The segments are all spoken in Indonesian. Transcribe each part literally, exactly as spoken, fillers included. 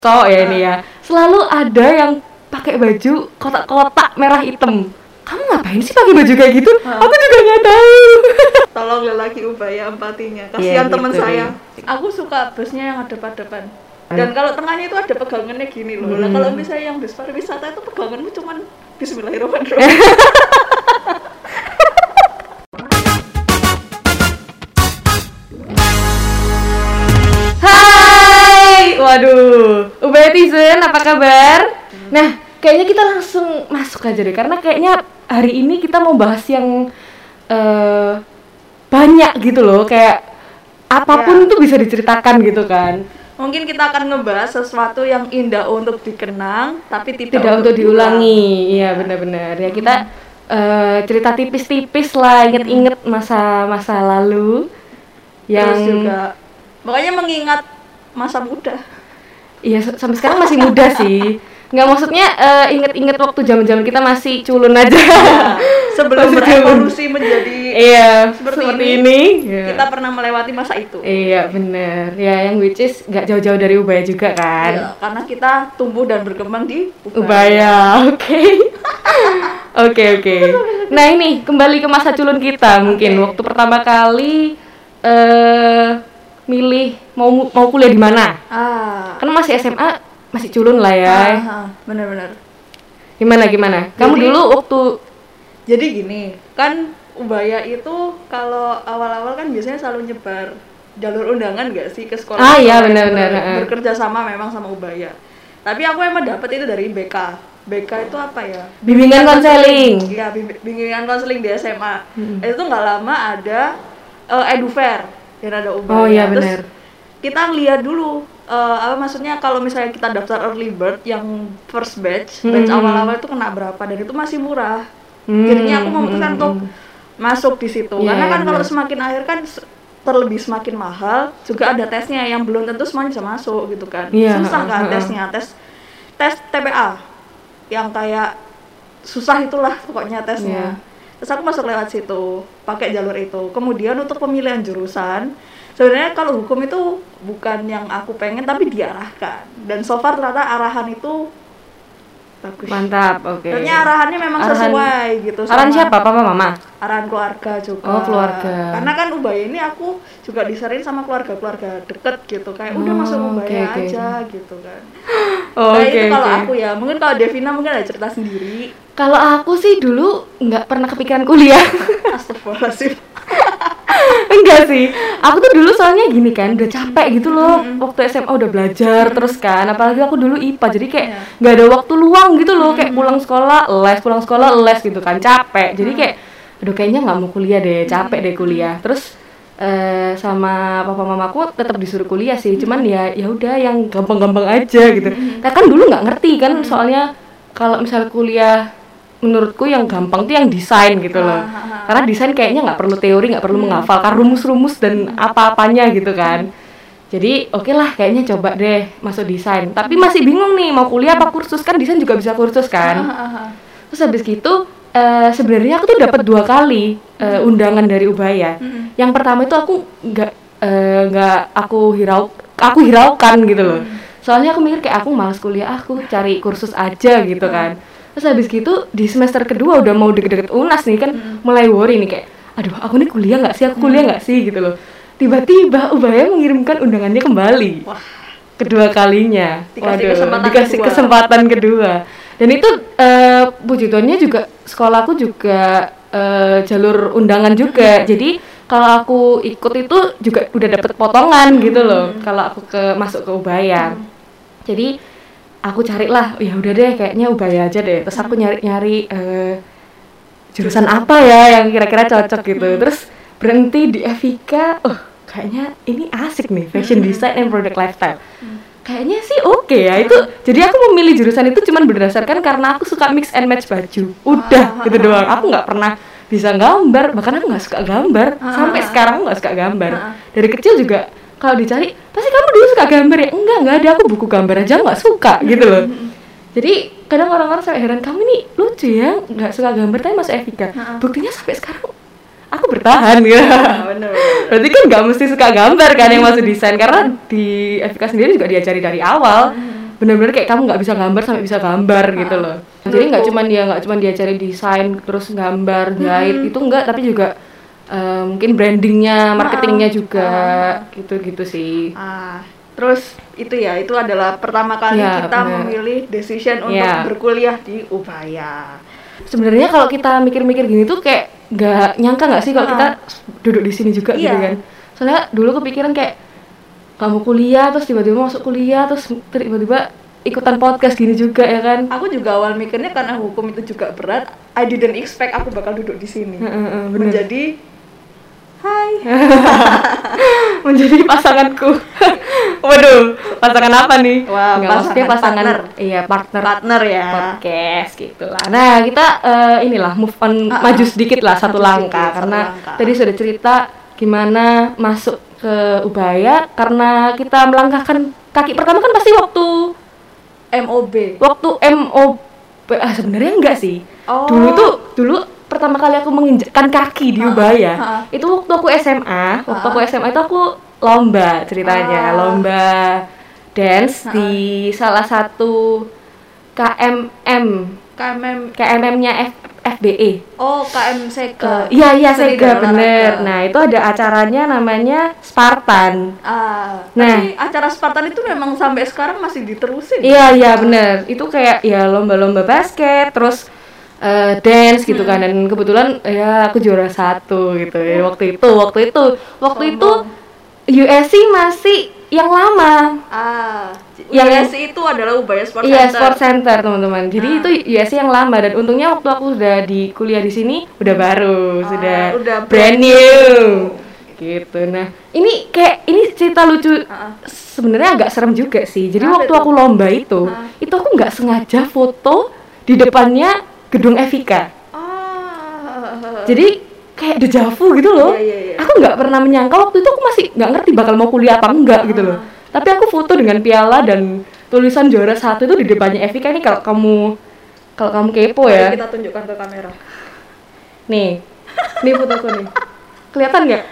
cowok ya ini ya, selalu ada yang pakai baju kotak-kotak merah hitam. Kamu ngapain sih pakai baju kayak gitu? Ha. Aku juga nggak tahu. Tolong lelaki ubaya empatinya. Kasihan yeah, teman gitu saya. Deh. Aku suka busnya yang ada depan. Dan kalau tengahnya itu ada pegangannya gini loh. Hmm. Nah, kalau misalnya yang bus pariwisata itu peganganmu cuman Bismillahirrahmanirrahim. Waduh, Ubaya-tizen, apa kabar? Hmm. Nah, kayaknya kita langsung masuk aja deh, karena kayaknya hari ini kita mau bahas yang uh, banyak gitu loh, kayak apapun ya. Tuh bisa diceritakan gitu kan. Mungkin kita akan ngebahas sesuatu yang indah untuk dikenang, tapi tidak, tidak untuk diulangi. Iya, benar-benar. Ya kita uh, cerita tipis-tipis lah, inget-inget masa-masa lalu. Yang terus juga, makanya mengingat masa muda. Iya, sampai sekarang masih muda sih. Nggak, maksudnya uh, inget-inget waktu zaman-zaman kita masih culun aja. Ya, sebelum berevolusi menjadi iya, seperti, seperti ini, ini ya. Kita pernah melewati masa itu. Iya, bener. Ya, yang which is nggak jauh-jauh dari Ubaya juga kan. Ya, karena kita tumbuh dan berkembang di Ubaya. Ubaya, oke. Oke, oke. Nah ini, kembali ke masa culun kita mungkin. Okay. Waktu pertama kali uh, milih mau mau kuliah di mana? Ah. Kan masih S M A, masih culun lah ya. Ah, benar-benar. Gimana gimana? Kamu jadi, dulu waktu jadi gini, kan Ubaya itu kalau awal-awal kan biasanya selalu nyebar jalur undangan nggak sih ke sekolah? Ah iya benar-benar. Bekerja sama memang sama Ubaya. Tapi aku emang dapat itu dari B K. B K itu apa ya? Bimbingan konseling. Iya, bimbingan konseling di S M A. Hmm. Itu nggak lama ada uh, Edufair. Dan ada Ubaya. Oh iya benar. Kita lihat dulu uh, apa maksudnya kalau misalnya kita daftar early bird yang first batch, hmm. batch awal-awal itu kena berapa dan itu masih murah. Hmm. Jadinya aku memutuskan hmm. untuk masuk di situ. Yeah, karena kan kalau semakin akhir kan terlebih semakin mahal, juga ada tesnya yang belum tentu semuanya bisa masuk gitu kan. Yeah. Susah kan uh, tesnya, tes tes T P A yang kayak susah itulah pokoknya tesnya. Yeah. Terus aku masuk lewat situ, pakai jalur itu. Kemudian untuk pemilihan jurusan, sebenarnya kalau hukum itu bukan yang aku pengen, tapi diarahkan. Dan so far ternyata arahan itu bagus. Mantap, oke. Okay. Ternyata arahannya memang arahan, sesuai gitu. Arahan siapa? Papa, mama? Arahan keluarga juga. Oh, keluarga. Karena kan Ubaya ini aku juga disarin sama keluarga-keluarga deket gitu. Kayak udah oh, masuk Ubaya okay, okay. aja gitu kan. Oh, nah okay, itu kalau okay. aku ya, mungkin kalau Devina mungkin ada cerita sendiri. Kalau aku sih dulu nggak pernah kepikiran kuliah. Astagfirullahaladzim. Enggak sih, aku tuh dulu soalnya gini kan, udah capek gitu loh. Mm-hmm. Waktu S M A udah belajar mm-hmm. terus kan, apalagi aku dulu I P A, jadi kayak nggak yeah. ada waktu luang gitu loh. Mm-hmm. Kayak pulang sekolah les, pulang sekolah les gitu kan, capek. Jadi kayak, aduh kayaknya nggak mau kuliah deh, capek deh kuliah. Terus Uh, sama papa mamaku tetap disuruh kuliah sih, cuman ya ya udah yang gampang-gampang aja gitu. Nah, kan dulu nggak ngerti kan, soalnya kalau misalnya kuliah menurutku yang gampang tuh yang desain gitu loh, karena desain kayaknya nggak perlu teori, nggak perlu menghafalkan rumus-rumus dan apa-apanya gitu kan. Jadi oke okay lah, kayaknya coba deh masuk desain. Tapi masih bingung nih mau kuliah apa kursus, kan desain juga bisa kursus kan. Terus habis gitu Uh, sebenarnya aku tuh dapat dua kali uh, undangan dari Ubaya. Mm-hmm. Yang pertama itu aku nggak nggak uh, aku hirau aku hiraukan gitu loh. Mm-hmm. Soalnya aku mikir kayak aku malas kuliah, aku cari kursus aja gitu kan. Terus habis gitu di semester kedua udah mau deket-deket U N A S nih kan, mm-hmm. mulai worry nih kayak, aduh aku nih kuliah nggak sih, aku kuliah nggak sih gitu loh. Tiba-tiba Ubaya mengirimkan undangannya kembali. Wah. Kedua kalinya. Dikasih Waduh, kesempatan dikasih kedua. kesempatan kedua. Dan itu uh, puji Tuhannya juga sekolahku juga uh, jalur undangan juga. Jadi kalau aku ikut itu juga udah dapet potongan gitu loh. Hmm. Kalau aku ke masuk ke Ubaya. Hmm. Jadi aku carilah, ya udah deh kayaknya Ubaya aja deh. Terus aku nyari-nyari uh, jurusan apa ya yang kira-kira cocok gitu. Hmm. Terus berhenti di F I K. Oh, kayaknya ini asik nih, fashion design and product lifestyle. Hmm. Kayaknya sih oke okay ya itu. Jadi aku memilih jurusan itu cuman berdasarkan karena aku suka mix and match baju. Udah gitu doang. Aku nggak pernah bisa gambar, bahkan aku nggak suka gambar. Sampai sekarang aku nggak suka gambar. Dari kecil juga kalau dicari, pasti kamu dulu suka gambar ya? Enggak, nggak ada. Aku buku gambar aja nggak suka gitu loh. Jadi kadang orang-orang sampai heran, kamu nih lucu ya nggak suka gambar tapi masuk F I K. Buktinya sampai sekarang aku bertahan ya. Bener, bener. Berarti kan nggak mesti suka gambar kan yang masuk desain, karena di F K sendiri juga diajari dari awal. Hmm. benar-benar kayak kamu nggak bisa gambar sampai bisa gambar gitu loh. Jadi nggak cuman dia nggak cuman diajarin desain terus gambar jahit itu enggak, tapi juga uh, mungkin brandingnya, marketingnya juga gitu-gitu sih. Ah, terus itu ya itu adalah pertama kali ya, kita bener. memilih decision untuk ya. berkuliah di Ubaya. Sebenarnya kalau kita mikir-mikir gini tuh kayak nggak nyangka nggak sih kalau kita duduk di sini juga iya. gitu kan. Soalnya dulu kepikiran kayak kamu kuliah terus tiba-tiba masuk kuliah terus tiba-tiba ikutan podcast gini juga ya kan. Aku juga awal mikirnya karena hukum itu juga berat, I didn't expect aku bakal duduk di sini. Uh, uh, menjadi hai menjadi pasanganku. Waduh, pasangan apa nih? Wah, nggak, pasangan, maksudnya pasangan partner. Iya, partner partner ya podcast gitu lah. Nah, kita uh, inilah move on uh, maju sedikit lah satu langkah sedikit, karena satu langkah. Tadi sudah cerita gimana masuk ke Ubaya karena kita melangkahkan kaki pertama kan pasti waktu M O B. Waktu M O B ah sebenarnya enggak sih. Oh. Dulu tuh dulu pertama kali aku menginjakkan kaki di Ubaya, ha, ha. itu waktu aku S M A. Waktu ha. aku S M A itu aku lomba ceritanya, ha. lomba dance ha. di salah satu K M M. K M M K M M-nya F F B E. Oh, K M Sega. Iya, uh, iya Sega bener. Nah, itu ada acaranya namanya Spartan. Ah, nah, tapi acara Spartan itu memang sampai sekarang masih diterusin. Iya, iya bener. Itu kayak ya lomba-lomba basket, terus uh, dance gitu kan. Dan kebetulan ya aku juara satu gitu ya waktu itu. Waktu itu, waktu Sombong. itu U S C masih yang lama. Ah, yang U S C itu adalah Ubaya Sport Center. Iya, Sport Center, teman-teman. Jadi ah. itu U S C yang lama dan untungnya waktu aku sudah di kuliah di sini udah baru, ah, sudah, udah brand new. Gitu. Nah, ini kayak ini cerita lucu. Uh-uh. Sebenarnya agak serem juga sih. Jadi nah, waktu betul. aku lomba itu, uh. itu aku nggak sengaja foto di depannya gedung Evika. Uh. Jadi kayak dejavu gitu loh. Yeah, yeah, yeah. Aku nggak pernah menyangka waktu itu aku masih nggak ngerti bakal mau kuliah apa enggak uh. gitu loh. Tapi aku foto dengan piala dan tulisan juara satu itu di depannya Evika. Ini kalau kamu kalau kamu kepo ya. Mari kita tunjukkan ke kamera. Nih, nih fotoku nih. Kelihatan nggak?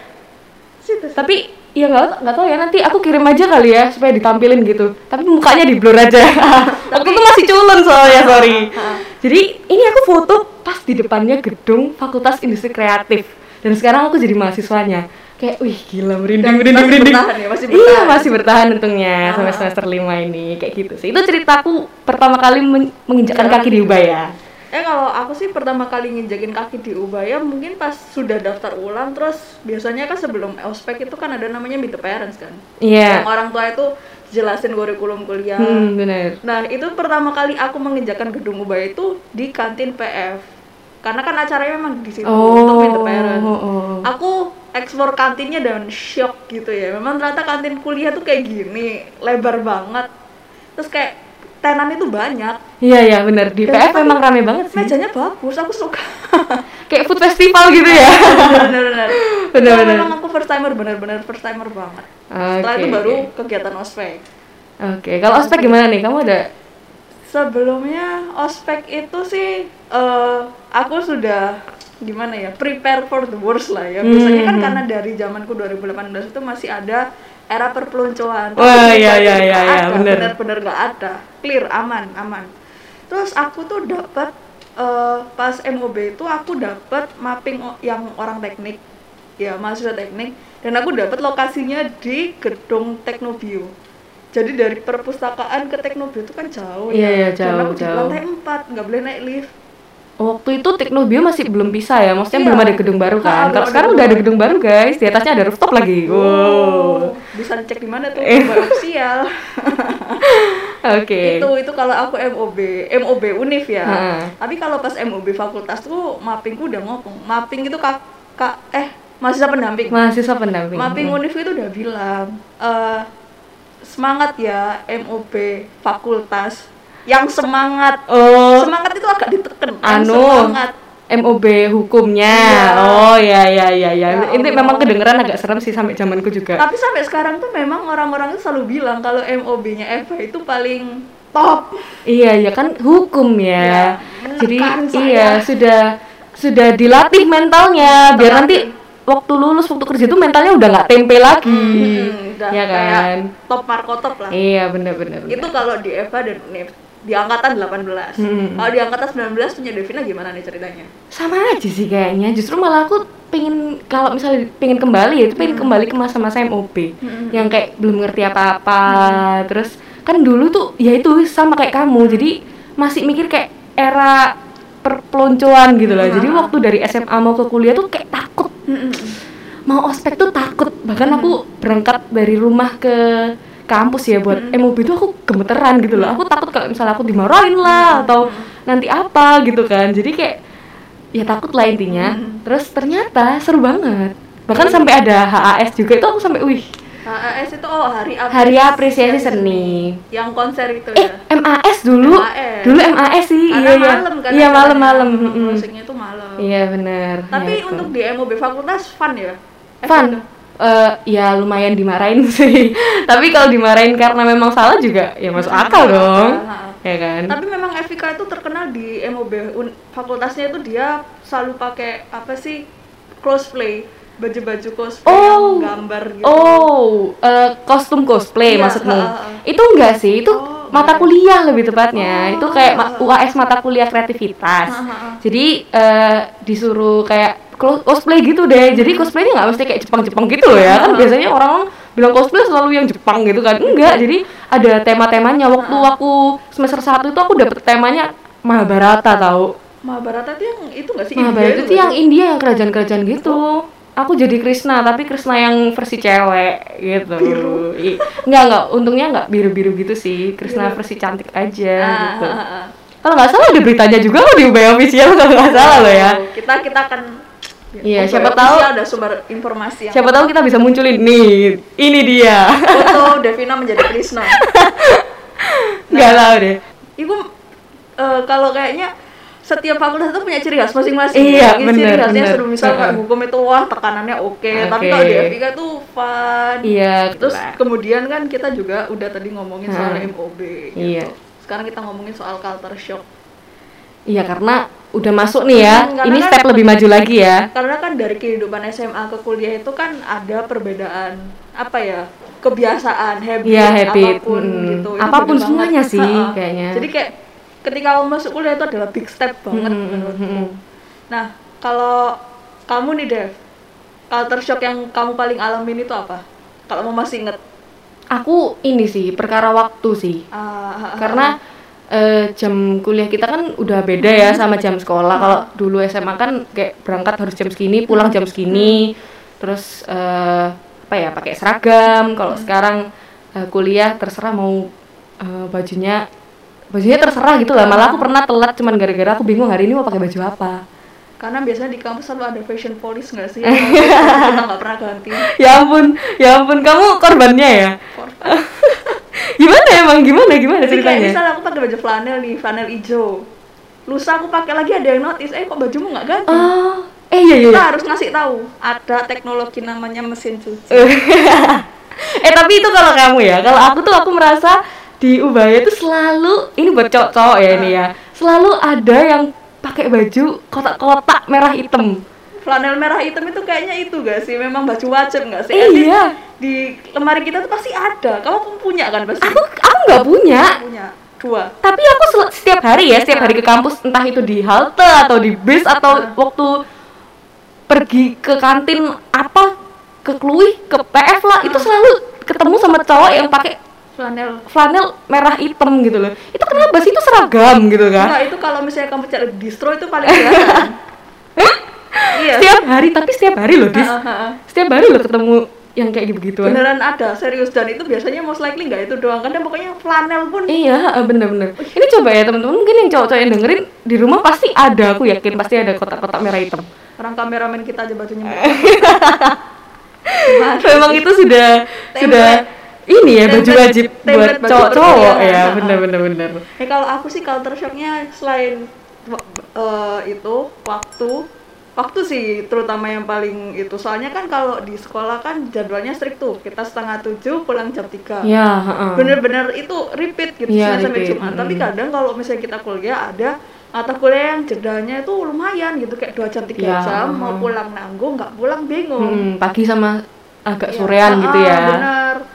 Tapi ya nggak nggak tahu ya, nanti aku kirim aja kali ya supaya ditampilin gitu. Tapi mukanya di blur aja. Waktu itu masih culun soalnya, sorry. Jadi ini aku foto pas di depannya gedung Fakultas Industri Kreatif. Dan sekarang aku jadi mahasiswanya. Kayak, wih gila, merinding, merinding, merinding. Bertahan ya, masih bertahan. Iya, masih bertahan untungnya ah. sampai semester lima ini. Kayak gitu sih. Itu ceritaku pertama kali men- menginjakkan ya, kaki di Ubaya. Eh kalau aku sih pertama kali nginjakin kaki di Ubaya mungkin pas sudah daftar ulang, terus biasanya kan sebelum ospek itu kan ada namanya meet the parents kan. Iya. Yeah. Yang orang tua itu jelasin kurikulum kuliah. Hmm, benar. Nah, itu pertama kali aku menginjakkan gedung Ubaya itu di kantin P F. Karena kan acaranya memang di situ oh, untuk meet the parents. Oh, oh. Aku explore kantinnya dan shock gitu ya. Memang ternyata kantin kuliah tuh kayak gini, lebar banget. Terus kayak tenan itu banyak. Iya iya benar, di dan P F memang rame banget sih. Mejanya bagus, aku suka. Kayak food festival gitu ya. Benar-benar. Benar-benar. Memang aku first timer, benar-benar first timer banget. Okay, setelah itu baru okay. kegiatan ospek. Oke, okay. Kalau ospek gimana nih? Kamu ada? Sebelumnya ospek itu sih uh, aku sudah gimana ya, prepare for the worst lah ya. Biasanya hmm. kan karena dari zamanku dua ribu delapan belas itu masih ada era perpeloncoan. Wah, iya iya iya iya, benar. Benar-benar enggak ada. Clear, aman, aman. Terus aku tuh dapat uh, pas M O B itu aku dapat mapping yang orang teknik. Ya, mahasiswa teknik, dan aku dapat lokasinya di gedung Teknobio. Jadi dari perpustakaan ke Teknobio itu kan jauh iya, ya. Iya, jauh, dan aku jauh. di lantai empat, nggak boleh naik lift. Waktu itu Teknobio masih belum bisa ya, maksudnya iya. belum ada gedung baru kan. Nah, kalau sekarang udah ada gedung baru guys, di atasnya ada rooftop lagi. Wow. Oh, bisa cek di mana tuh, baru official. Oke. Okay. Itu itu kalau aku M O B, M O B Univ ya. Ha. Tapi kalau pas M O B fakultas tuh mappingku udah ngomong. Mapping itu kak, kak eh mahasiswa pendamping. Mahasiswa pendamping. Mapping hmm. Univ itu udah bilang, uh, semangat ya M O B fakultas. Yang semangat, oh, semangat itu agak diteken. Anu, semangat. M O B hukumnya, ya. oh ya ya ya ya. ya ini memang kedengeran agak serem sih sampai zamanku juga. Tapi sampai sekarang tuh memang orang-orang itu selalu bilang kalau M O B-nya Eva itu paling top. Iya ya kan hukum ya. ya Jadi saya. iya sudah sudah dilatih mentalnya biar nanti waktu lulus waktu kerja tuh mentalnya udah nggak tempe lagi. Hmm, dah ya kan? Kayak top Marco top lah. Iya benar-benar. Itu kalau di Eva dan Nif di angkatan delapan belas. Hmm. Kalau di angkatan sembilan belas punya Devina gimana nih ceritanya? Sama aja sih kayaknya. Justru malah aku pengen kalau misalnya pengen kembali ya itu pengen hmm. kembali ke masa-masa M O B hmm. yang kayak belum ngerti apa-apa. Hmm. Terus kan dulu tuh ya itu sama kayak kamu. Jadi masih mikir kayak era perpeloncoan gitu lah. Hmm. Jadi waktu dari S M A mau ke kuliah tuh kayak takut. Hmm. Mau ospek tuh takut. Bahkan hmm. aku berangkat dari rumah ke kampus ya buat hmm. M O B itu aku gemeteran gitu loh. Aku takut kalau misalnya aku dimarahin lah atau hmm. nanti apa gitu kan. Jadi kayak ya takut lah intinya. Hmm. Terus ternyata seru banget. Bahkan hmm. sampai ada H A S juga itu aku sampai wih. H A S itu oh hari apresiasi, hari apresiasi seni. Yang konser itu eh, ya. M A S dulu. M A S. Dulu M A S sih. Karena iya malam kan. Iya malam-malam. Musiknya itu malam. Iya benar. Tapi ya, untuk di M O B fakultas fun ya? Fun. Uh, ya lumayan dimarahin sih. Tapi kalau dimarahin karena memang salah juga ya masuk akal dong. Ya kan? Tapi memang Evika itu terkenal di M O B un- fakultasnya itu dia selalu pakai apa sih? Cosplay, baju-baju cosplay oh, yang gambar gitu. Oh, uh, kostum cosplay iya, maksudmu? Uh, uh. Itu enggak sih, itu oh, mata kuliah lebih tepatnya. Oh, itu kayak uh, uh. U A S mata kuliah kreativitas. Uh, uh, uh. Jadi uh, disuruh kayak cosplay gitu deh. Jadi cosplaynya nggak mesti kayak Jepang-Jepang gitu loh ya. Kan biasanya orang bilang cosplay selalu yang Jepang gitu kan. Enggak, jadi ada tema-temanya. Waktu aku semester satu itu aku dapet temanya Mahabharata tahu. Mahabharata itu yang itu nggak sih? Mahabharata itu yang India yang kerajaan-kerajaan gitu. Aku jadi Krishna, tapi Krishna yang versi cewek gitu. Biru. Enggak, enggak. Untungnya enggak biru-biru gitu sih. Krishna versi cantik aja ah, gitu. Ah, ah. Kalau nggak salah ada beritanya juga kok di U B official kalau nggak salah loh ya. Kita kita akan iya, ya, siapa tahu ada sumber informasi yang siapa tahu kita bisa munculin nih. Ini dia. Foto Devina menjadi Krishna. Enggak nah, tahu deh. Ibu uh, kalau kayaknya setiap fakultas itu punya ciri khas masing-masing. Iya, benar. Ciri khasnya seru misal kayak hukum itu wah tekanannya oke, okay. okay. Tapi kalau di F I K tuh fun. Iya, terus lah. Kemudian kan kita juga udah tadi ngomongin soal hmm. M O B gitu. Iya. Sekarang kita ngomongin soal culture shock. Iya, karena udah masuk nih ya, hmm, ini kan, step lebih maju lagi ya. Karena kan dari kehidupan S M A ke kuliah itu kan ada perbedaan apa ya, kebiasaan, habit, ya, habit. apapun hmm. gitu. Itu apapun semuanya banget. Sih kayaknya. Jadi kayak ketika kamu masuk kuliah itu adalah big step banget hmm, menurutku. Hmm. Nah, kalau kamu nih Dev, culture shock yang kamu paling alamin itu apa? Kalau mau masih inget? Aku ini sih, perkara waktu sih. Uh, Karena Uh, jam kuliah kita kan udah beda ya sama jam sekolah. Kalau dulu S M A kan kayak berangkat harus jam segini, pulang jam segini. Terus uh, apa ya, pakai seragam. Kalau sekarang uh, kuliah terserah mau uh, bajunya bajunya terserah gitu lah. Malah aku pernah telat cuman gara-gara aku bingung hari ini mau pakai baju apa. Karena biasanya di kampus selalu ada fashion police nggak sih? Kita nggak pernah ganti. Ya ampun, ya ampun, kamu korbannya ya? Korban. Gimana emang, gimana, gimana ceritanya? Kayak misalnya aku pakai baju flanel nih, flanel hijau. Lusa aku pakai lagi ada yang notice, eh kok bajumu nggak ganti? Oh, eh iya iya. Kita harus ngasih tahu, ada teknologi namanya mesin cuci. eh tapi itu kalau kamu ya, kalau aku tuh aku merasa di Ubaya tuh selalu, ini buat cowok-cowok ya ini ya, selalu ada yang pakai baju kotak-kotak merah hitam. Flanel merah hitam itu kayaknya itu gak sih? Memang baju wajib gak sih? Eh, iya. Di lemari kita tuh pasti ada. Kamu pun punya kan pasti? Aku aku nggak punya. Punya dua. Tapi aku sel- setiap hari ya, setiap hari ke kampus, entah itu di halte atau di bis atau uh. waktu pergi ke kantin apa, ke Kluih, ke P F lah, uh. itu selalu ketemu sama cowok yang pakai flanel flanel merah hitam gitu loh. Itu kenapa sih? Itu seragam gitu kan? Enggak, itu kalau misalnya kamu cari di distro itu paling kelihatan. Iya. Setiap hari, tapi setiap hari loh, Dis. Uh, uh, uh. Setiap hari loh ketemu yang kayak gitu-gituan. Beneran ada, serius. Dan itu biasanya most likely nggak itu doang. Kan pokoknya flanel pun. Iya, bener-bener. Ini coba ya teman-teman, mungkin yang cowok-cowok yang dengerin di rumah pasti ada, aku yakin pasti ada kotak-kotak merah hitam. Orang kameramen kita aja bajunya merah. Memang itu sudah template. Sudah ini ya, baju wajib buat cowok-cowok ya, bener-bener bener. Eh kalau aku sih culture shocknya selain uh, itu waktu Waktu sih terutama yang paling itu, soalnya kan kalau di sekolah kan jadwalnya strict tuh, kita setengah tujuh pulang jam tiga. Ya, uh-uh. Bener-bener itu repeat gitu ya, Senin sampai Jumat. Hmm. Tapi kadang kalau misalnya kita kuliah ada mata kuliah yang jedanya itu lumayan gitu, kayak dua jam tiga ya, jam, uh-huh. mau pulang nanggung, nggak pulang bingung. Hmm, pagi sama agak sorean ya, gitu ya. Bener.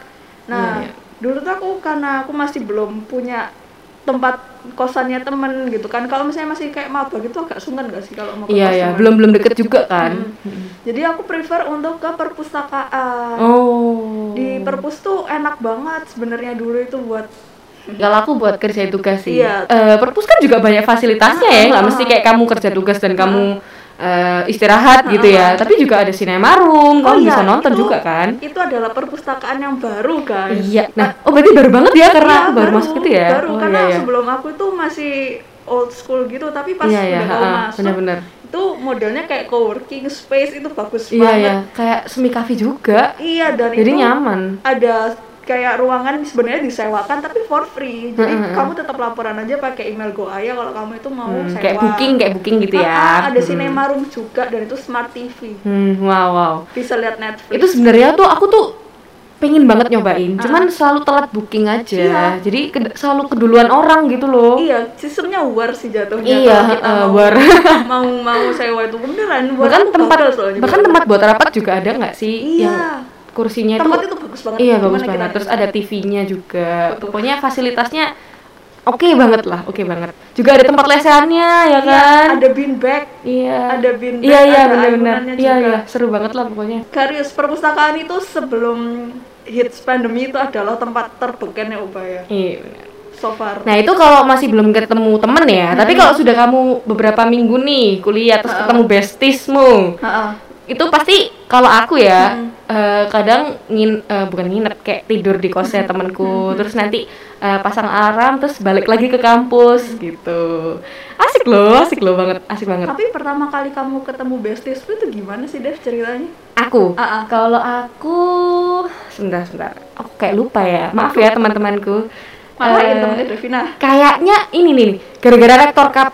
Nah, Iya, iya. dulu tuh aku karena aku masih belum punya tempat kosannya temen gitu kan. Kalau misalnya masih kayak maba gitu agak sungkan gak sih kalau mau ke Iya kos ya, teman? belum belum deket juga kan. Mm. Jadi aku prefer untuk ke perpustakaan. Oh. Di perpus tuh enak banget sebenarnya dulu itu buat Kalau aku buat kerja tugas sih. Iya. Eh, perpus kan juga banyak fasilitasnya ya, nggak mesti kayak kamu kerja tugas dan kamu eh, istirahat gitu ya. Tapi juga ada cinema room, kamu bisa nonton itu- juga kan. Itu adalah perpustakaan yang baru guys. Iya. Nah, oh berarti baru banget ya karena Iya, aku baru, masuk itu ya. Baru Oh, karena iya, iya. sebelum aku tuh masih old school gitu, tapi pas Iya, iya, udah mau ha-ha, masuk benar-benar. itu modelnya kayak co-working space, itu bagus Iya banget. ya, kayak semi cafe juga. Iya, dan Jadi itu nyaman. ada kayak ruangan sebenarnya disewakan tapi for free. Jadi Mm-mm. kamu tetap laporan aja pakai email GoAya kalau kamu itu mau Hmm, sewa. kayak booking, kayak booking gitu ya. Ah, ah, ada Hmm. cinema room juga dan itu smart T V. Hmm, wow, wow. Bisa lihat Netflix. Itu sebenarnya tuh aku tuh pengen banget nyobain, cuman selalu telat booking aja. Iya. Jadi ke- selalu keduluan orang gitu loh. Iya, sistemnya war sih jatuhnya. Iya, kalau kita uh, mau, war. mau mau sewa itu beneran. Buat Bahkan aku tempat gagal soalnya bahkan buat- tempat buat rapat juga ada nggak sih Iya. yang kursinya tempat itu itu bagus banget. iya Gimana bagus kita banget. Terus bisa? ada T V-nya juga. Betul. Pokoknya fasilitasnya oke banget lah, oke banget. Juga ada tempat lesehannya ya Iya, kan? ada beanbag. Iya. ada bin Iya bag, iya ada benar-benar. ayunannya Iya juga. iya seru banget lah pokoknya. Karius perpustakaan itu sebelum hits pandemi itu adalah tempat terbekennya Ubaya. Iya benar. So far. Nah itu kalau masih belum ketemu temen ya, tapi kalau sudah kamu beberapa minggu nih kuliah terus ketemu bestiesmu, Heeh. itu pasti kalau aku ya eh, kadang ngin eh, bukan nginep kayak tidur di kosnya temanku, terus nanti eh, pasang alarm terus balik lagi ke kampus gitu. Asik loh, asik loh banget, asik banget. Tapi pertama kali kamu ketemu bestiesmu itu gimana sih Dev ceritanya? Aku, Ah, ah. kalau aku sebentar sebentar, aku kayak lupa ya, maaf ya teman-temanku. Malahin Eh, temennya Devina. Kayaknya ini nih, gara-gara rektor cup.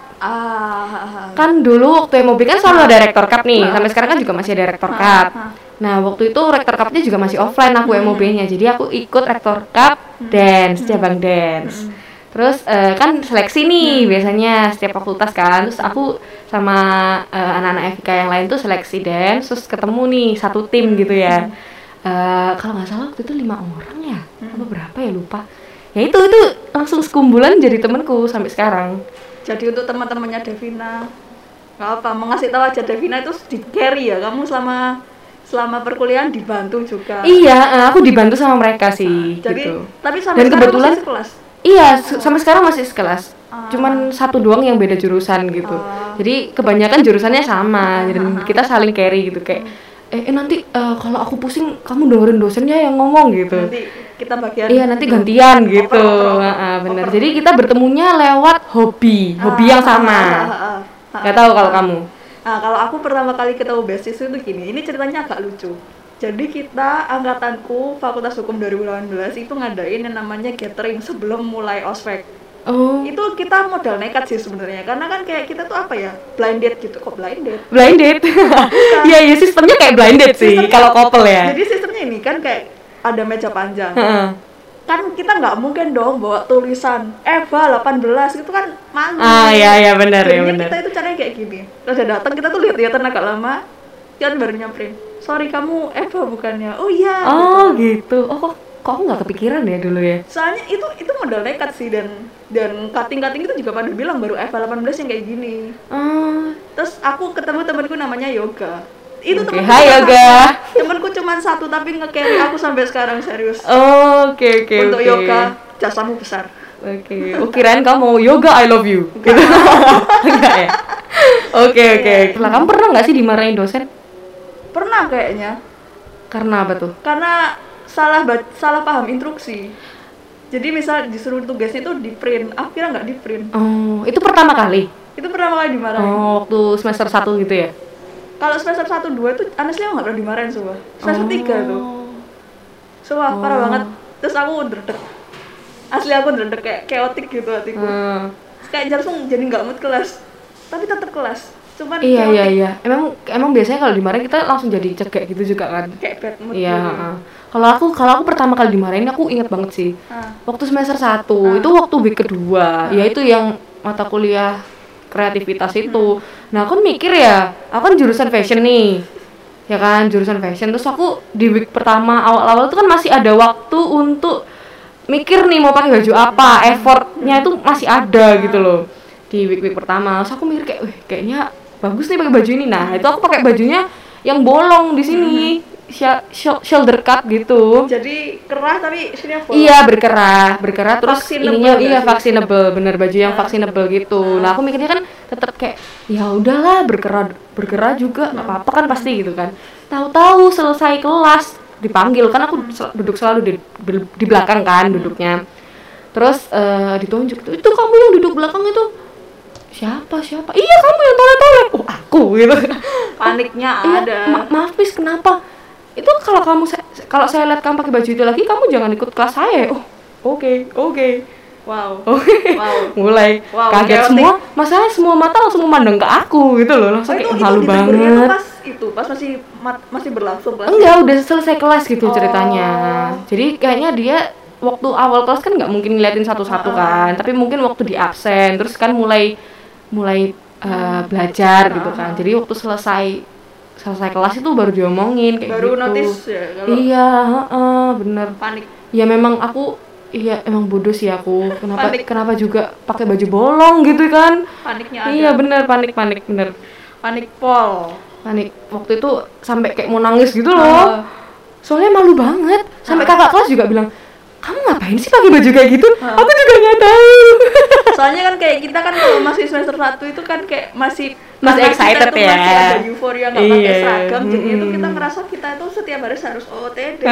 Ah, Kan dulu waktu M O B kan selalu ada rektor cup nih, sampai sekarang kan juga masih ada rektor cup. Nah waktu itu rektor cupnya juga masih offline aku M O B-nya, jadi aku ikut rektor cup dance, cabang dance. Terus eh, kan seleksi nih biasanya setiap fakultas kan, terus aku sama eh, anak-anak F I K yang lain tuh seleksi dance, terus ketemu nih satu tim gitu ya. Eh, kalau nggak salah waktu itu lima orang ya, apa berapa ya lupa. Ya itu itu langsung sekumpulan jadi temanku sampai sekarang. jadi untuk teman-temannya Devina, nggak apa, mau ngasih tahu aja Devina itu di carry ya. Kamu selama selama perkuliahan dibantu juga. Iya, eh, aku dibantu sama mereka sih Jadi, gitu. tapi sampai Dan sekarang kebetulan- masih sekelas. Iya, se- sampai sekarang masih sekelas. Cuman satu doang yang beda jurusan gitu. Jadi kebanyakan jurusannya sama dan kita saling carry gitu kayak eh, eh, nanti eh, kalau aku pusing kamu dengerin dosennya yang ngomong gitu. Nanti kita bagian Iya, nanti itu. gantian gitu. Oper, oper, Heeh, bener. oper. Jadi kita bertemunya lewat hobi, hobi yang sama. Ah, ah, ah, ah. Gak tahu kalau kamu. Nah, kalau aku pertama kali ketemu besties itu gini, ini ceritanya agak lucu. Jadi kita, angkatanku, Fakultas Hukum dua ribu delapan belas itu ngadain yang namanya gathering sebelum mulai ospek. Oh, Itu kita modal nekat sih sebenarnya, karena kan kayak kita tuh apa ya, blind date gitu, kok blind date? blind date. Iya, iya sistemnya kayak blind date sih Sistemnya- kalau couple ya. Jadi sistemnya ini kan kayak ada meja panjang. Heeh. Kan kita nggak mungkin dong bawa tulisan Eva delapan belas itu kan malu. Ah, iya iya benar ya Jadinya benar. kita itu caranya kayak gini. Terus udah datang kita tuh lihat-lihatan agak lama, kan baru nyamperin. Sorry kamu Eva bukannya? Oh iya. Oh gitu. gitu. Oh kok kok aku nggak kepikiran ya dulu ya. Soalnya itu itu modal nekat sih dan dan cutting-cutting itu juga pada bilang baru Eva delapan belas yang kayak gini. Oh, Terus aku ketemu temanku namanya Yoga. Itu Oke, temanku hai, cuma Yoga. satu. Temanku cuma satu tapi nge-carry aku sampai sekarang serius. oh, oke oke Untuk oke. Yoga jasamu besar. Oke. Oh kirain kamu mau yoga I love you. Gitu. Enggak ya. Oke oke. Lah kamu pernah nggak sih dimarahin dosen? Pernah kayaknya. Karena apa tuh? Karena salah ba- salah paham instruksi. Jadi misal disuruh tugasnya itu di print, aku kira nggak di print. Oh, itu pertama kali. Itu pertama kali dimarahin. Oh, waktu semester satu gitu ya. Kalau semester satu dua itu honestly aku nggak pernah dimarahin sumpah. Semester tiga tuh. Sumpah parah banget. Terus aku dredeg. Asli aku dredeg kayak chaotic gitu hatiku. Hmm. Kayak langsung jadi nggak mood kelas. Tapi tetap kelas. Cuman Iya iya chaotic, iya. Emang emang biasanya kalau dimarahin kita langsung jadi cegek gitu juga kan. kayak bad mood Iya. gitu. heeh. Kalau aku kalau aku pertama kali dimarahin aku inget banget sih. Ah. Waktu semester satu itu waktu week kedua, yaitu yang mata kuliah kreativitas itu. Nah aku mikir ya, aku kan jurusan fashion nih. ya kan, jurusan fashion. Terus aku di week pertama awal-awal tuh kan masih ada waktu untuk mikir nih mau pakai baju apa, effortnya itu masih ada gitu loh di week-week pertama. Terus aku mikir kayak, wih kayaknya bagus nih pakai baju ini. Nah itu aku pakai bajunya yang bolong di sini, Sh- sh- shoulder cut gitu. Jadi kerah tapi sini bolong. Iya berkerah, berkerah terus Vaccinable ininya nggak iya sih? vaccinable, bener baju yang Ah. vaccinable gitu. Ah. Nah aku mikirnya kan tetap kayak ya udahlah berkerah berkerah juga nggak apa-apa kan pasti gitu kan. Tahu-tahu selesai kelas dipanggil kan aku sel- duduk selalu di, di, di belakang kan duduknya. Terus eh, ditunjuk tuh, itu kamu yang duduk belakang itu siapa siapa? Iya kamu yang toleh-toleh. Oh aku gitu. Paniknya Iya, ada. ma- maaf Miss, kenapa? Itu kalau kamu sa- kalau saya lihat kamu pakai baju itu lagi, kamu jangan ikut kelas saya. Oh, oke, oke. Wow. Oke. Wow. Mulai Wow, kaget chaotic. semua, masalahnya semua mata langsung memandang ke aku gitu loh. Langsung Oh, itu, kayak itu malu ditegurnya tuh banget. pas itu, pas masih mat- masih berlangsung kelas. Enggak, udah selesai kelas gitu Oh. ceritanya. Jadi kayaknya dia waktu awal kelas kan nggak mungkin ngeliatin satu-satu Uh-uh. kan, tapi mungkin waktu di absen terus kan mulai mulai uh, belajar gitu kan. Jadi waktu selesai selesai kelas itu baru diomongin kayak Baru gitu. notice ya kalau Iya, heeh, bener. panik. Ya memang aku iya emang bodoh sih aku. Kenapa Panik. kenapa juga pakai baju bolong gitu kan? Paniknya ada. Iya bener panik panik bener Panik pol. panik waktu itu sampai kayak mau nangis gitu loh. Oh. Soalnya malu banget. Sampai Ah. kakak kelas juga bilang, kamu ngapain sih pakai baju kayak gitu? Ah. Aku juga nggak tahu. Soalnya kan kayak kita kan kalau masih semester satu itu kan kayak masih Masih karena excited kita tuh ya. masih ada euforia nggak pakai Iya. seragam, jadi itu kita Mm-mm. ngerasa kita itu setiap hari harus O O T D.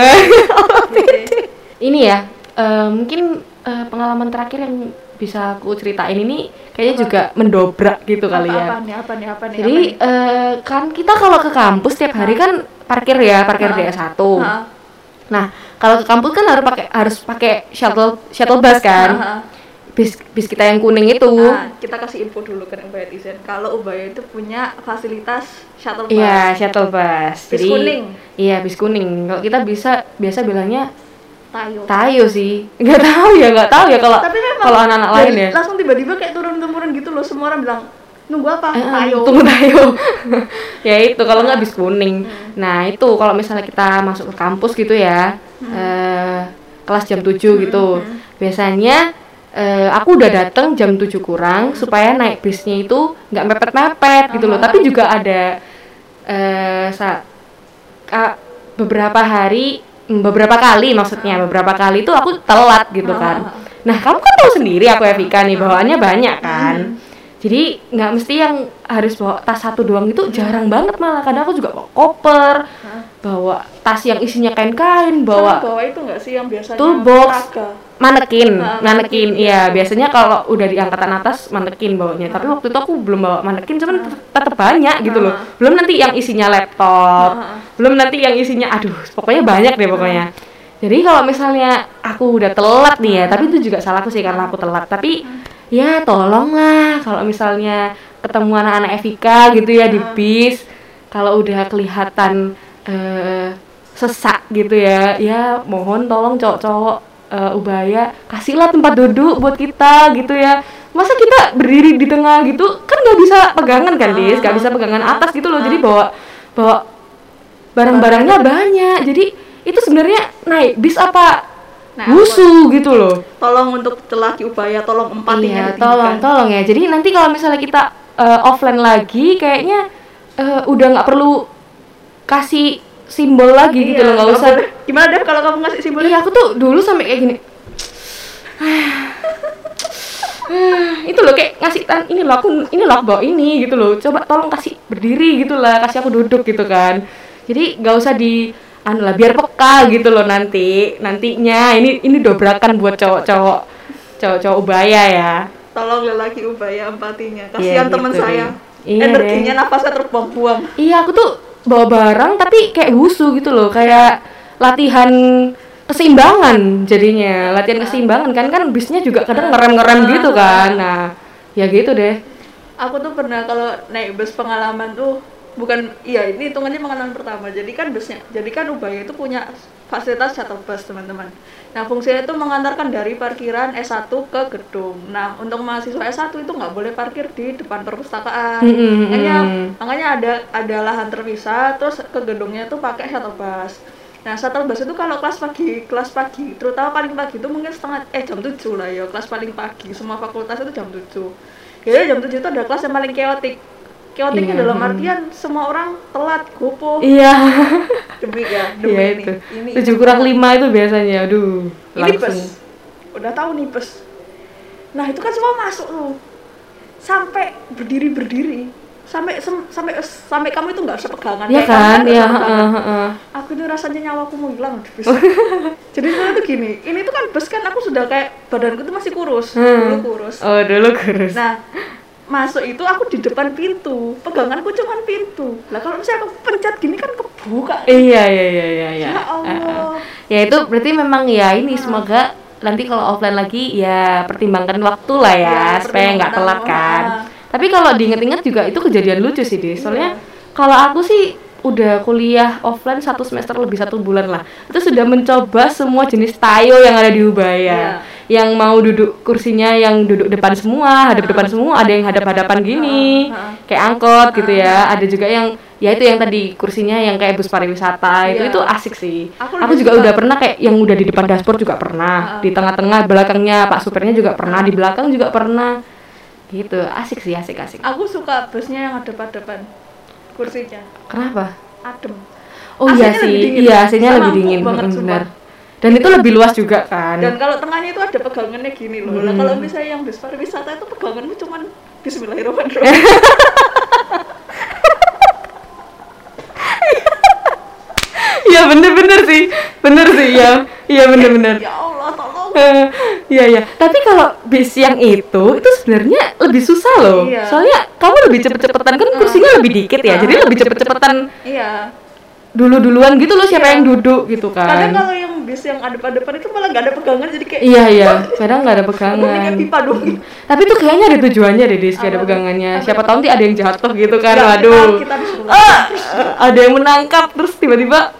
Ini ya, eh, mungkin eh, pengalaman terakhir yang bisa aku ceritain ini kayaknya Apa? juga mendobrak gitu kali ya. Apa nih, apa nih, apa nih? Jadi eh, kan kita kalau ke kampus tiap hari kan parkir ya, parkir D S satu. Hah? Nah, kalau ke kampus kan harus pakai harus pakai shuttle shuttle bus kan. Hah? Bis bis kita yang kuning itu. Nah, kita kasih info dulu ke Ubaya Design. Kalau Ubaya itu punya fasilitas shuttle bus. Iya, shuttle bus. Bis kuning. Iya, bis kuning. Kalau kita bisa biasa bilangnya Tayo. tayo sih. Enggak tahu ya, enggak tahu ya kalau Tapi memang kalau anak-anak lain jadi ya. langsung tiba-tiba kayak turun-turun gitu loh, semua orang bilang nunggu apa? Eh, eh, Tayo. Tunggu tayo. Ya itu kalau nggak bis kuning. Hmm. Nah, itu kalau misalnya kita masuk ke kampus gitu ya. eh, kelas jam tujuh gitu. Hmm. Biasanya eh, aku udah datang jam tujuh kurang supaya naik bisnya itu nggak mepet-mepet gitu loh. Ah. Tapi juga ada eh sa- ka- beberapa hari, mm, beberapa kali maksudnya, beberapa kali itu aku telat gitu kan. Nah, kamu kan tahu sendiri aku Evika nih bawaannya banyak kan. Jadi nggak mesti yang harus bawa tas satu doang, itu jarang banget malah. Kadang aku juga bawa koper, bawa tas yang isinya kain-kain, Bawa bawa bawa itu nggak sih yang biasanya toolbox. raga? manekin, Ah, manekin, manekin, iya. iya. Biasanya kalau udah di angkatan atas manekin bawanya. Tapi waktu itu aku belum bawa manekin, cuman tetap banyak gitu loh. Ah. Belum nanti yang isinya laptop, Ah. belum nanti yang isinya, aduh, pokoknya banyak deh pokoknya. Jadi kalau misalnya aku udah telat nih ya, tapi itu juga salahku sih karena aku telat. Tapi ya tolonglah kalau misalnya ketemu anak-anak Evika gitu ya di bis, kalau udah kelihatan eh, sesak gitu ya, ya mohon tolong cowok-cowok eh, Ubaya kasihlah tempat duduk buat kita gitu ya. Masa kita berdiri di tengah gitu kan nggak bisa pegangan kan Dis, nggak bisa pegangan atas gitu loh. Jadi bawa bawa barang-barangnya banyak. Jadi itu sebenarnya naik bis apa Nah, wusu gitu loh. Tolong untuk celaki Ubaya, tolong empatinya Iya, tolong, tolong ya. Jadi nanti kalau misalnya kita eh, offline lagi, kayaknya eh, udah nggak perlu kasih simbol lagi gitu loh, nggak usah. Gimana deh kalau kamu ngasih simbol? Iya, aku tuh dulu sampai kayak gini. Itu loh kayak ngasih tan ini loh aku ini loh aku bawa ini gitu loh. Coba tolong kasih berdiri gitu lah, kasih aku duduk gitu kan. Jadi nggak usah di anu lah biar peka gitu loh nanti nantinya ini ini dobrakan buat cowok-cowok cowok-cowok Ubaya ya. Tolong lelaki Ubaya empatinya. Iya, Kasihan teman gitu saya. deh. Iya Energinya deh. nafasnya terbuang-buang. Iya, aku tuh bawa barang tapi kayak wusu gitu loh, kayak latihan keseimbangan jadinya, latihan keseimbangan kan kan bisnya juga kadang ngerem-ngerem gitu kan. Nah, ya gitu deh. Aku tuh pernah kalau naik bus pengalaman tuh bukan iya ini hitungannya pengenalan pertama. Jadi kan busnya, jadi kan Ubaya itu punya fasilitas shuttle bus teman-teman. Nah fungsinya itu mengantarkan dari parkiran S satu ke gedung. Nah untuk mahasiswa S satu itu nggak boleh parkir di depan perpustakaan. Mm-hmm. Makanya makanya ada ada lahan terpisah, terus ke gedungnya itu pakai shuttle bus. Nah shuttle bus itu kalau kelas pagi, kelas pagi, terutama paling pagi itu mungkin setengah eh jam tujuh lah ya, kelas paling pagi semua fakultas itu jam tujuh. Jadi jam tujuh itu ada kelas yang paling chaotic. Chaoticnya iya. Dalam artian semua orang telat, gopoh. Iya. Demi ya, demi iya, ini. Itu. Ini tujuh kurang lima itu biasanya, aduh. Ini langsung. bus. Udah tahu nih bus. Nah itu kan semua masuk tuh, sampai berdiri berdiri, sampai sem- sampai sampai kamu itu nggak sepegangan. Iya kan, iya. Uh, uh. Aku itu rasanya nyawaku mau hilang di bus. Jadi sebenarnya tuh gini, ini tuh kan bus kan aku sudah kayak badanku tuh masih kurus, hmm. dulu kurus. Oh dulu kurus. Nah masuk itu aku di depan pintu, peganganku cuma pintu. Lah kalau misalnya aku pencet gini kan kebuka. Iya iya iya iya. Ya Allah. Uh, uh. Ya itu berarti memang ya ini uh. semoga nanti kalau offline lagi ya pertimbangkan waktu lah ya, ya supaya nggak telat kan. Uh. Tapi kalau diinget-inget juga itu kejadian lucu sih Di. Soalnya yeah. Kalau aku sih udah kuliah offline satu semester lebih satu bulan lah. Itu sudah mencoba semua jenis tayo yang ada di Ubaya. Yeah. Yang mau duduk kursinya yang duduk depan semua, hadap uh. depan semua, ada yang hadap-hadapan gini, uh. Uh. kayak angkot gitu ya. Uh. Ada juga yang ya itu yang tadi kursinya yang kayak bus pariwisata. Yeah. Itu itu asik sih. Aku, aku juga suka. Udah pernah kayak yang udah di depan dashboard juga pernah, uh. di tengah-tengah belakangnya Pak supirnya juga pernah, di belakang juga pernah. Gitu, asik sih, asik-asik. Aku suka busnya yang hadap-hadapan kursinya. Kenapa? Adem. Oh iya sih, iya aslinya lebih dingin, benar. Dan itu lebih luas juga kan. Dan kalau tengahnya itu ada pegangannya gini loh. Lah hmm. kalau misalnya yang bus pariwisata itu pegangannya cuma Bismillahirrahmanirrahim. Iya bener-bener sih, bener sih ya, iya bener-bener. Ya Allah tolong. Iya iya. Tapi kalau bis yang itu itu sebenarnya lebih susah loh. Iya. Soalnya kamu lebih cepet-cepetan kan kursinya uh, lebih dikit ya, uh, jadi lebih cepet-cepetan. Iya. Dulu-duluan gitu loh siapa iya. yang duduk gitu kan. Kadang kalau yang bis yang adep-adepan itu malah nggak ada pegangan jadi kayak. Iya iya. Kadang nggak ada pegangan. Kayak pipa dong. Tapi tuh kayaknya ada tujuannya deh Dis, kayak ada pegangannya. Siapa tahu nanti ada yang jatuh gitu kan. Waduh. Ah, ada yang menangkap terus tiba-tiba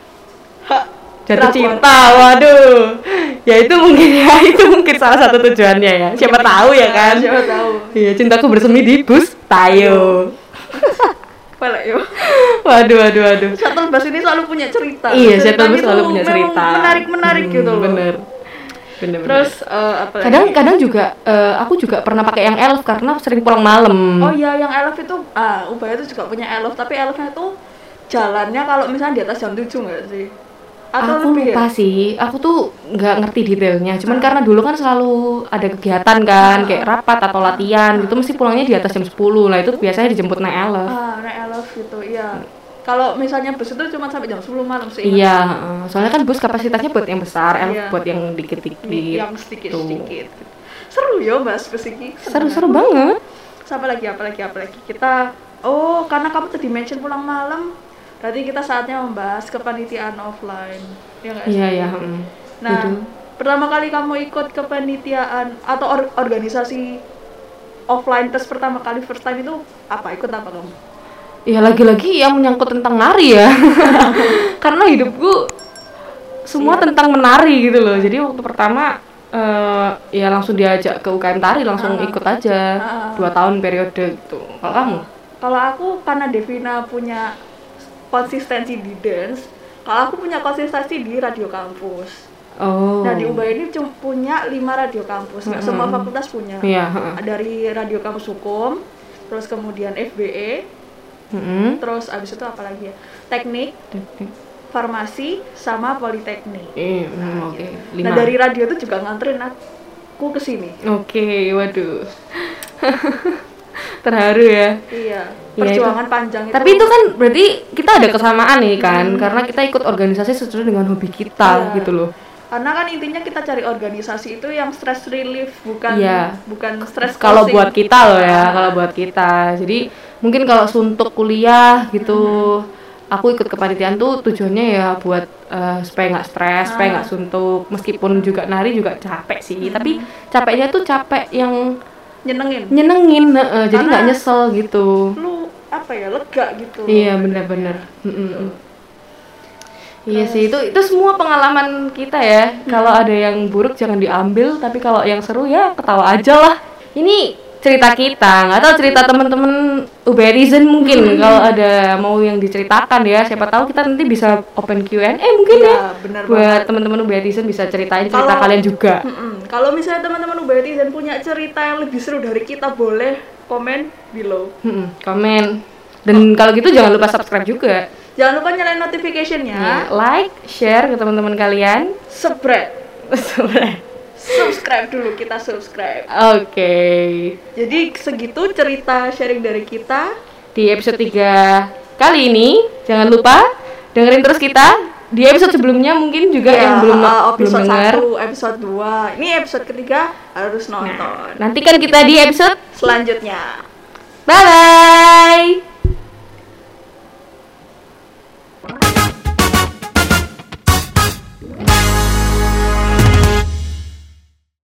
jatuh cinta, waduh. Ya itu mungkin ya, itu mungkin salah satu tujuannya ya. Siapa tahu ya kan? Siapa tahu. Iya, cintaku bersemi di bus tayo. Pelek yo. Waduh, waduh, waduh. Shuttle bus ini selalu punya cerita. Iya, shuttle bus selalu punya cerita. Menarik-menarik hmm, gitu loh. Bener. Bener, Terus uh, apa lagi? Kadang-kadang juga uh, aku juga pernah pakai yang elf karena sering pulang malam. Oh iya, yang elf itu ah Ubaya itu juga punya elf, tapi elfnya itu jalannya kalau misalnya di atas jam tujuh enggak sih? Atau aku lebih lupa ya? Sih, aku tuh nggak ngerti detailnya. Cuman uh. karena dulu kan selalu ada kegiatan kan, uh. kayak rapat atau latihan, uh. gitu mesti pulangnya di atas jam sepuluh. Lah itu biasanya dijemput naik elf. Ah, naik elf gitu, iya. Kalau misalnya bus itu cuma sampai jam sepuluh malam sih. Iya, uh, soalnya kan bus kapasitasnya buat yang besar, elf iya. buat yang dikit-dikit. Yang sedikit-sedikit. Seru ya Mas bus ini. Seru-seru banget. Apa lagi, apa lagi, apa lagi? Kita, oh karena kamu tadi mention pulang malam. Berarti kita saatnya membahas kepanitiaan offline, ya nggak sih? Iya iya. Hmm. Nah, Itu. pertama kali kamu ikut kepanitiaan atau or- organisasi offline tes pertama kali first time itu apa? Ikut apa kamu? Ya lagi-lagi yang menyangkut tentang nari ya, karena hidupku semua iya. tentang menari gitu loh. Jadi waktu pertama uh, ya langsung diajak ke U K M tari, langsung uh, ikut aja uh, dua tahun periode gitu. Kalau kamu? Kalau aku karena Devina punya konsistensi di dance, kalau aku punya konsistensi di radio kampus. Oh. Nah di Ubaya ini cuma punya lima radio kampus, nggak mm-hmm. semua fakultas punya. Iya. Yeah. Dari radio kampus hukum, terus kemudian F B E, mm-hmm. terus abis itu apa lagi ya? Teknik, Teknik. Farmasi, sama politeknik. Eh, nah, oke. Okay. Gitu. Nah dari radio itu juga nganterin aku ke sini. Oke, okay, waduh. Terharu ya. Iya. Perjuangan ya, panjang itu. Tapi itu kan berarti kita ada kesamaan nih kan, hmm. karena kita ikut organisasi sesuai dengan hobi kita ya. Gitu loh. Karena kan intinya kita cari organisasi itu yang stress relief, bukan ya. bukan stress. Kalau buat kita loh ya, kalau buat kita. Jadi mungkin kalau suntuk kuliah gitu, hmm. aku ikut kepanitiaan tuh tujuannya ya buat uh, supaya nggak stres, ah. supaya nggak suntuk. Meskipun juga nari juga capek sih, hmm. tapi capeknya tuh capek yang nyenengin nyenengin uh, jadi nggak nyesel gitu. Lu apa ya, lega gitu. Iya benar-benar. Mm-mm. Iya sih, itu itu semua pengalaman kita ya. Hmm. Kalau ada yang buruk jangan diambil, tapi kalau yang seru ya ketawa aja lah. Ini cerita kita, nggak tahu cerita teman-teman Uberizen mungkin hmm. kalau ada mau yang diceritakan ya. Siapa tahu kita nanti bisa open Q and A mungkin ya. ya. Bener buat teman-teman Uberizen bisa ceritain cerita kalau, kalian juga. Kalau misalnya teman-teman Uberizen punya cerita yang lebih seru dari kita, boleh komen below. Hmm, komen. Dan oh. kalau gitu jangan lupa subscribe juga. Jangan lupa nyalain notification-nya. Yeah, like, share ke teman-teman kalian. Spread. Spread. Subscribe dulu, kita subscribe. Oke. Okay. Jadi segitu cerita sharing dari kita di episode tiga kali ini. Jangan lupa dengerin terus kita di episode sebelumnya mungkin juga yeah, yang belum uh, belum dengar. Episode satu, episode dua. Ini episode ketiga harus nonton. Nah, nantikan kita di episode selanjutnya. Bye bye.